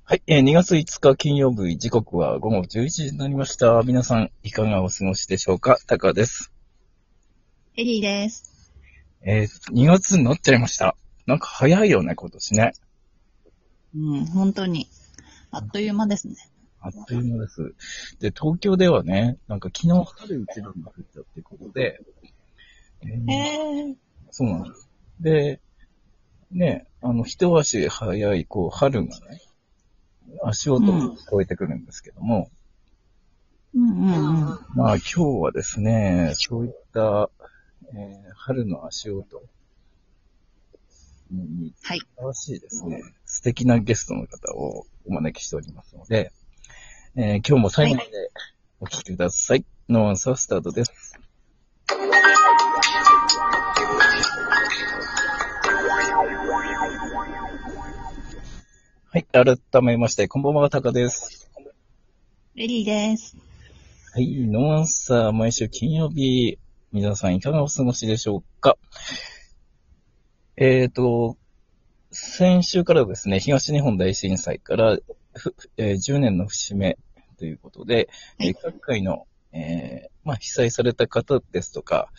はい、2月5日金曜日、時刻は午後11時になりました。皆さん、いかがお過ごしでしょうか？タカです。 エリーです。 2月になっちゃいました。なんか早いよね、今年ね。 本当に。あっという間ですね。 あっという間です。で、東京ではね、なんか昨日春一番が降ったってことで、そうなんです。で、ね、一足早い、春がね、足音が聞こえてくるんですけども、まあ今日はですね、そういった、春の足音にふさわしいですね、素敵なゲストの方をお招きしておりますので、今日も最後までお聞きください。ノーアンサースタートです。はい、改めまして、こんばんは、タカです。 エリーです。 はい、ノーアンサー、毎週金曜日、皆さんいかがお過ごしでしょうか？先週からですね、東日本大震災から10年の節目ということで、各界の、被災された方ですとか、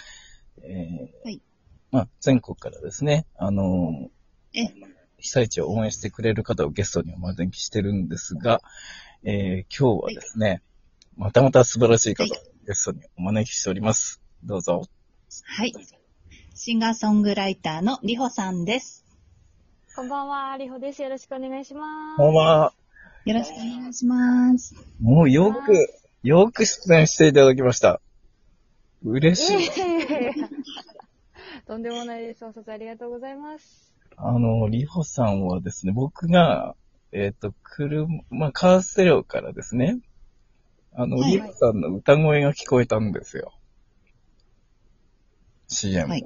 全国からですね、被災地を応援してくれる方をゲストにお招きしてるんですが、今日はですね、またまた素晴らしい方をゲストにお招きしております。どうぞ。 はい。シンガーソングライターのリホさんです。 こんばんは、リホです。よろしくお願いします。 こんばんは。 よろしくお願いします。 もうよく出演していただきました。嬉しい。 とんでもないです。お誘いありがとうございます。 リホさんはですね、僕が、カーステレオからですね、リホさんの歌声が聞こえたんですよ。CM。はい。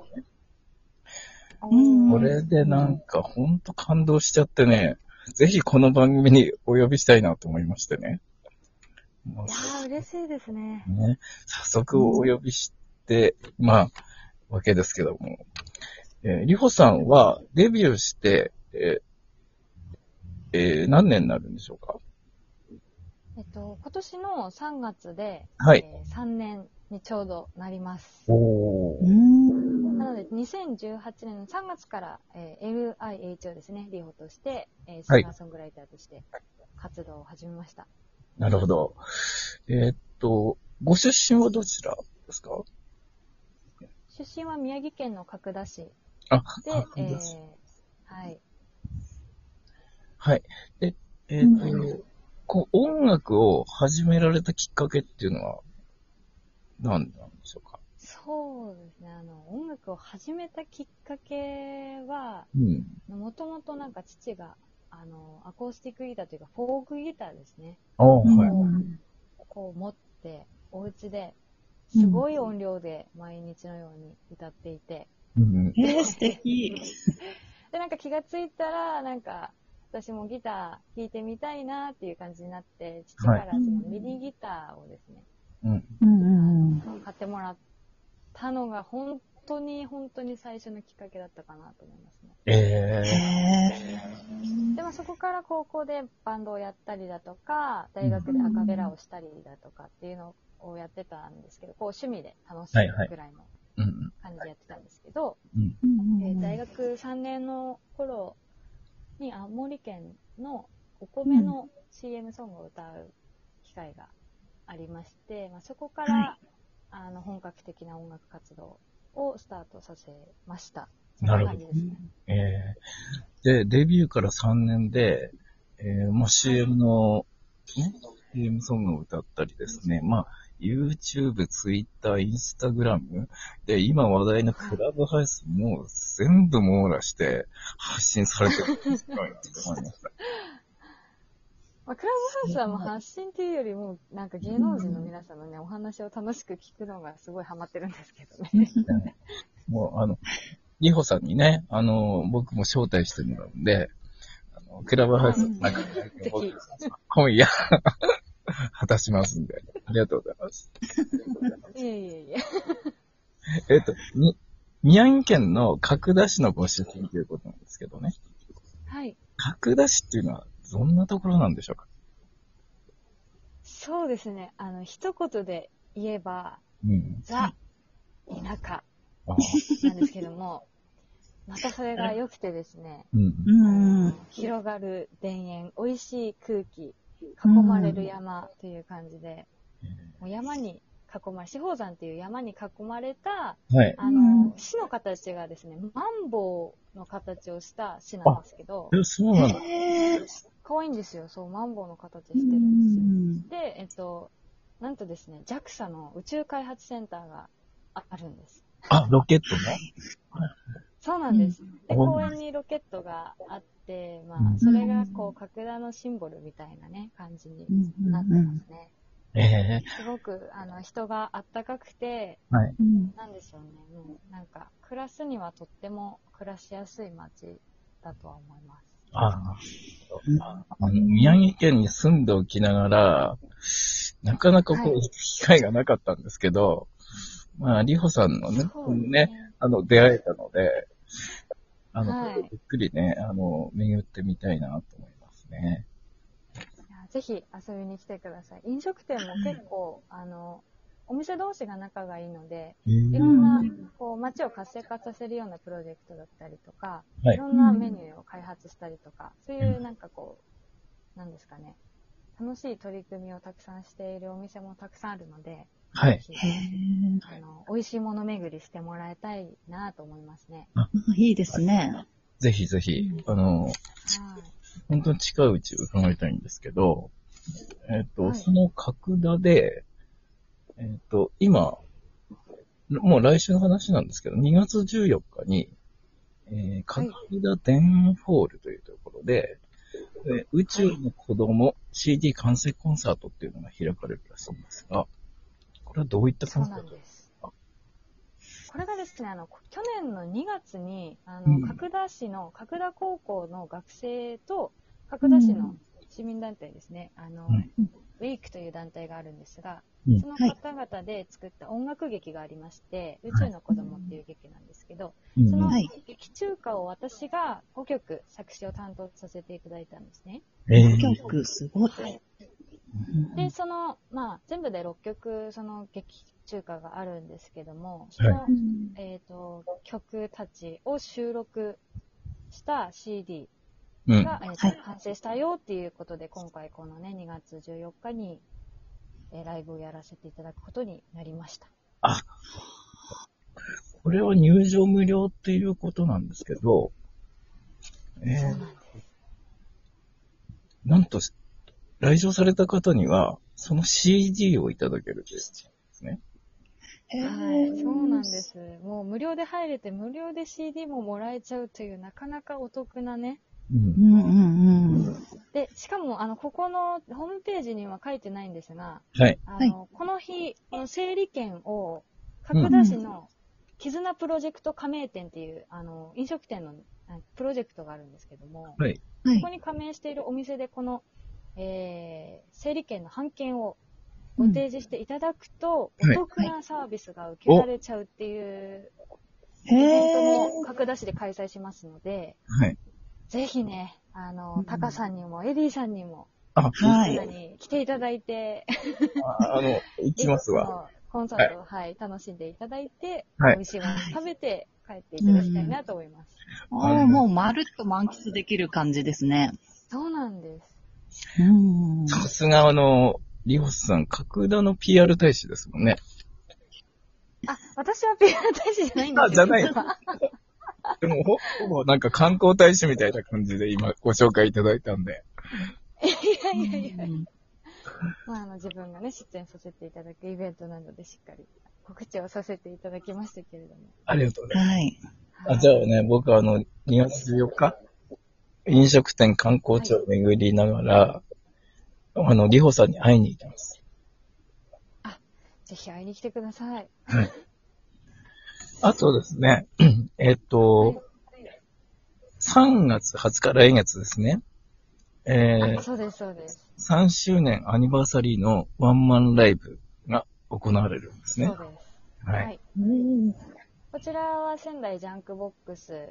これでなんかほんと感動しちゃってね、ぜひこの番組にお呼びしたいなと思いましてね。 いやー、嬉しいですね。 早速お呼びして、わけですけども。リホさんはデビューして、何年になるんでしょうか？ 今年の3月で、3年にちょうどなります。なので、2018年の3月から、LIHO ですね、リホとして、シンガーソングライターとして活動を始めました。 なるほど。ご出身はどちらですか？ 出身は宮城県の角田市。で、はい。 はい。で、音楽を始められたきっかけっていうのは何なんでしょうか？ そうですね。音楽を始めたきっかけは、もともとなんか父が、アコースティックギターというか、フォークギターですね。こう持って、お家ですごい音量で毎日のように歌っていて。 素敵。 で、なんか気がついたら、なんか、私もギター弾いてみたいなっていう感じになって、父からそのミディギターをですね、買ってもらったのが本当に最初のきっかけだったかなと思いますね。でもそこから高校でバンドをやったりだとか、大学でアカペラをしたりだとかっていうのをやってたんですけど、趣味で楽しいぐらいの感じでやってたんですけど、大学3年の頃に青森県のお米の CM ソングを歌う機会がありまして、そこから、本格的な音楽活動をスタートさせました。 なるほど。で、デビューから3年で、CM の、CM ソングを歌ったりですね、YouTube、Twitter、Instagram で、今話題のクラブハウスも全部網羅して発信されてるんすごいなって思いました。 クラブハウスはもう発信っていうよりも、なんか芸能人の皆さんのね、お話を楽しく聞くのがすごいハマってるんですけどね。 もうリホさんにね、僕も招待してもらうんで、クラブハウスの中で、今夜、果たしますんで、ありがとうございます。 いえ。 宮城県の角田市のご出身ということなんですけどね。 はい。 角田市っていうのはどんなところなんでしょうか？ そうですね。一言で言えば、ザ・田舎なんですけども、またそれが良くてですね、広がる田園、美味しい空気、囲まれる山という感じで、もう山に囲まれ、四方山っていう山に囲まれた、市の形がですね、マンボウの形をした市なんですけど、 そうなんだ。 可愛いんですよ。そう、マンボウの形してるんですよ。で、なんとですね、JAXA の宇宙開発センターがあるんです。 ロケットね。 そうなんです。で、公園にロケットがあって、まあ、それがこう、角田のシンボルみたいなね、感じになってますね。すごく、人があったかくて、なんでしょうね、もう、なんか、暮らすにはとっても暮らしやすい街だとは思います。 宮城県に住んでおきながら、なかなかこう、機会がなかったんですけど、まあ、りほさんのね、出会えたので、ゆっくりね、巡ってみたいなと思いますね。 ぜひ遊びに来てください。飲食店も結構、お店同士が仲がいいので、いろんな、こう、街を活性化させるようなプロジェクトだったりとか、いろんなメニューを開発したりとか、そういうなんかこう、なんですかね、楽しい取り組みをたくさんしているお店もたくさんあるので、美味しいもの巡りしてもらいたいなと思いますね。 いいですね。 ぜひぜひ、本当に近いうち伺いたいんですけど、その角田で、今、もう来週の話なんですけど、2月14日に、角田デンホールというところで、宇宙の子供 CD 完成コンサートっていうのが開かれるらしいんですが、これはどういったコンサートですか？ これがですね、去年の2月に、角田市の角田高校の学生と、角田市の市民団体ですね、ウィークという団体があるんですが、その方々で作った音楽劇がありまして、宇宙の子供っていう劇なんですけど、その劇中歌を私が5曲作詞を担当させていただいたんですね。 5曲、すごい。 で、まあ、全部で6曲、その劇中歌があるんですけども、その、曲たちを収録した CD が、完成したよっていうことで、今回このね、2月14日に、ライブをやらせていただくことになりました。 これは入場無料っていうことなんですけど、 そうなんです。 なんと、来場された方には、その CD をいただけるというですね。 はい、そうなんです。もう無料で入れて、無料で CD ももらえちゃうという、なかなかお得なね。で、しかも、ここのホームページには書いてないんですが、この日、整理券を、角田市の絆プロジェクト加盟店っていう、飲食店のプロジェクトがあるんですけども、そこに加盟しているお店で、この、整理券の半券をご提示していただくと、お得なサービスが受けられちゃうっていうイベントも角田市で開催しますので、ぜひね、タカさんにもエディさんにも、に来ていただいて、 行きますわ。 コンサートを、楽しんでいただいて、美味しいものを食べて帰っていただきたいなと思います。 もうまるっと満喫できる感じですね。 そうなんです。 さすがリホスさん、角田の PR 大使ですもんね。 私は PR 大使じゃないんですよ。 じゃない。でも、ほぼなんか観光大使みたいな感じで今ご紹介いただいたんで。 いや。まあ、自分がね、出演させていただくイベントなので、しっかり告知をさせていただきましたけれども。 ありがとうございます。じゃあね、僕2月14日、飲食店観光地を巡りながら、リホさんに会いに行きます。 ぜひ会いに来てください。 あとですね、3月20日、来月ですね。 そうです、そうです。 3周年アニバーサリーのワンマンライブが行われるんですね。 そうです。こちらは仙台ジャンクボックス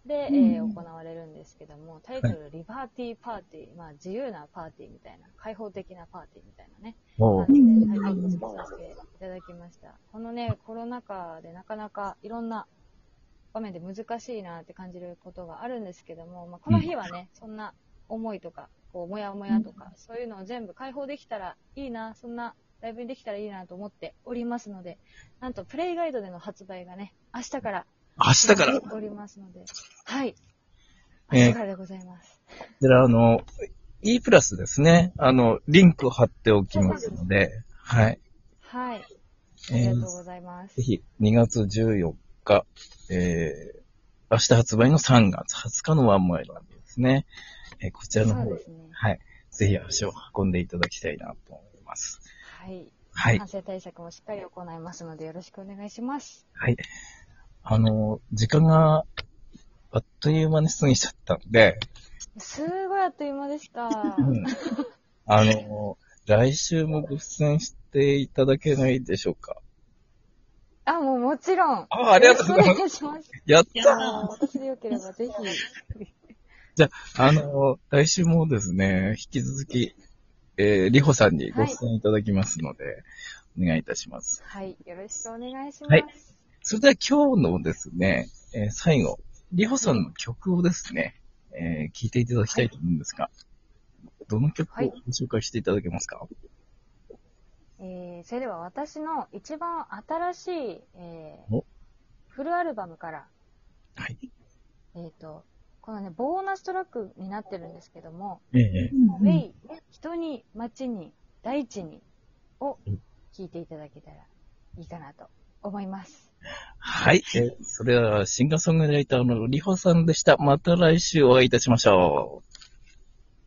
で、行われるんですけども、タイトル、リバーティーパーティー、まあ自由なパーティーみたいな、開放的なパーティーみたいなね、感じでタイトルを付けさせていただきました。このね、コロナ禍でなかなかいろんな場面で難しいなって感じることがあるんですけども、まあ、この日はね、そんな思いとか、こう、もやもやとか、そういうのを全部解放できたらいいな、そんなライブにできたらいいなと思っておりますので、なんとプレイガイドでの発売がね、明日からおりますので、はい。明日からでございます。 こちら、E プラスですね。リンクを貼っておきますので、はい。 はい。ありがとうございます。 ぜひ、2月14日、明日発売の3月20日のワンマイルですね。こちらの方、ね、はい。ぜひ足を運んでいただきたいなと思います。 はい。 はい。 感染対策もしっかり行いますので、よろしくお願いします。 はい。時間があっという間に過ぎちゃったんで。 すごいあっという間でした。 来週もご出演していただけないでしょうか。 もちろん。 ありがとうございます。やったー。 私でよければぜひ。 じゃあ、来週もですね、引き続き、りほさんにご出演いただきますので、はい、お願いいたします。 はい、よろしくお願いします。 はい。それでは今日のですね、最後、りほさんの曲をですね、聴いていただきたいと思うんですが、どの曲をご紹介していただけますか？ それでは私の一番新しい、フルアルバムから、 はい。 このね、ボーナストラックになってるんですけども、 ウェイ、人に、街に、大地にを聴いていただけたらいいかなと思います。 はい。それではシンガーソングライターのりほさんでした。また来週お会いいたしましょう。